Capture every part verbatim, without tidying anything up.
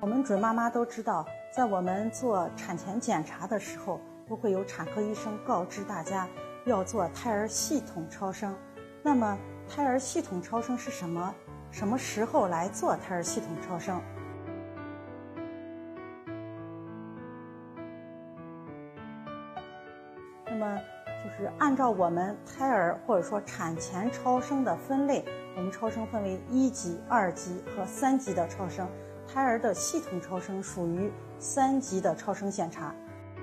我们准妈妈都知道，在我们做产前检查的时候，都会有产科医生告知大家要做胎儿系统超声。那么胎儿系统超声是什么？什么时候来做胎儿系统超声？那么就是按照我们胎儿或者说产前超声的分类，我们超声分为一级、二级和三级的超声。胎儿的系统超声属于三级的超声检查。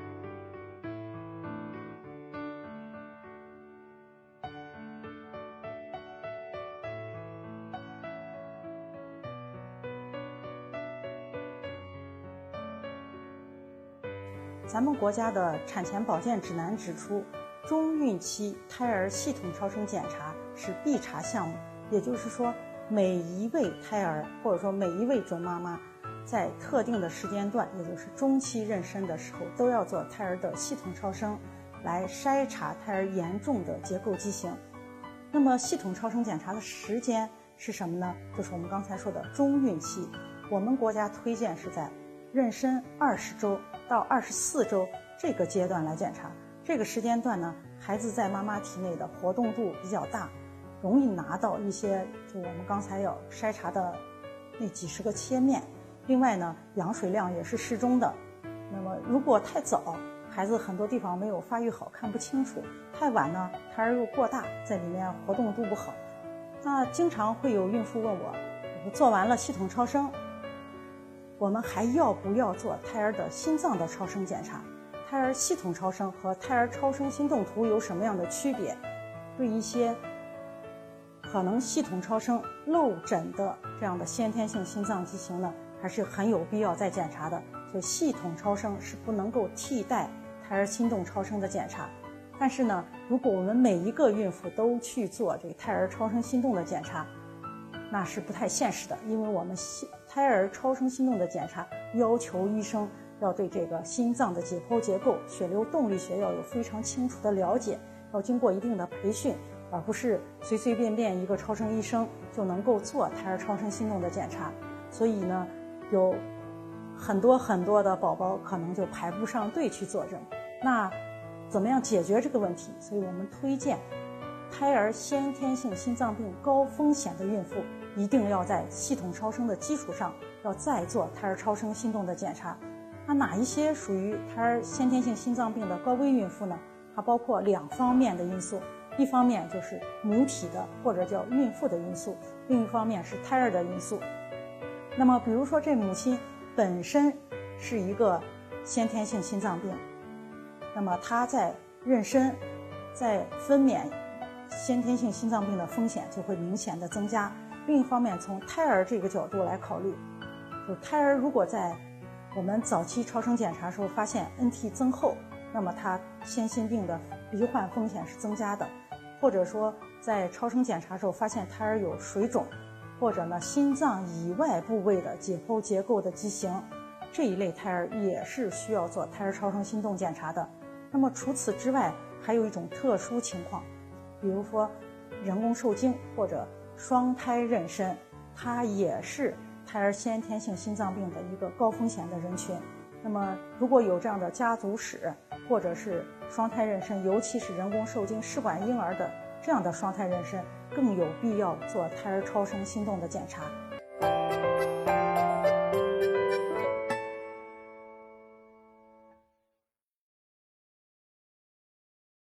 咱们国家的产前保健指南指出，中孕期胎儿系统超声检查是必查项目，也就是说，每一位胎儿或者说每一位准妈妈，在特定的时间段，也就是中期妊娠的时候，都要做胎儿的系统超声，来筛查胎儿严重的结构畸形。那么系统超声检查的时间是什么呢？就是我们刚才说的中孕期，我们国家推荐是在妊娠二十周到二十四周这个阶段来检查。这个时间段呢，孩子在妈妈体内的活动度比较大，容易拿到一些就我们刚才要筛查的那几十个切面。另外呢，羊水量也是适中的。那么如果太早，孩子很多地方没有发育好，看不清楚；太晚呢，胎儿又过大，在里面活动度不好。那经常会有孕妇问我，我做完了系统超声，我们还要不要做胎儿的心脏的超声检查？胎儿系统超声和胎儿超声心动图有什么样的区别？对一些可能系统超声漏诊的这样的先天性心脏畸形呢，还是很有必要再检查的。所以系统超声是不能够替代胎儿心动超声的检查。但是呢，如果我们每一个孕妇都去做这个胎儿超声心动的检查，那是不太现实的，因为我们胎儿超声心动的检查要求医生要对这个心脏的解剖结构、血流动力学要有非常清楚的了解，要经过一定的培训，而不是随随便便一个超声医生就能够做胎儿超声心动的检查。所以呢，有很多很多的宝宝可能就排不上队去做这。那怎么样解决这个问题？所以我们推荐胎儿先天性心脏病高风险的孕妇一定要在系统超声的基础上要再做胎儿超声心动的检查。那哪一些属于胎儿先天性心脏病的高危孕妇呢？它包括两方面的因素，一方面就是母体的或者叫孕妇的因素，另一方面是胎儿的因素。那么比如说这母亲本身是一个先天性心脏病，那么她在妊娠在分娩先天性心脏病的风险就会明显的增加。另一方面，从胎儿这个角度来考虑，就胎儿如果在我们早期超声检查时候发现 N T 增厚，那么它先心病的罹患风险是增加的。或者说在超声检查时候发现胎儿有水肿，或者呢心脏以外部位的解剖结构的畸形，这一类胎儿也是需要做胎儿超声心动检查的。那么除此之外，还有一种特殊情况，比如说人工受精或者双胎妊娠，它也是胎儿先天性心脏病的一个高风险的人群。那么如果有这样的家族史，或者是双胎妊娠，尤其是人工受精试管婴儿的这样的双胎妊娠，更有必要做胎儿超声心动的检查。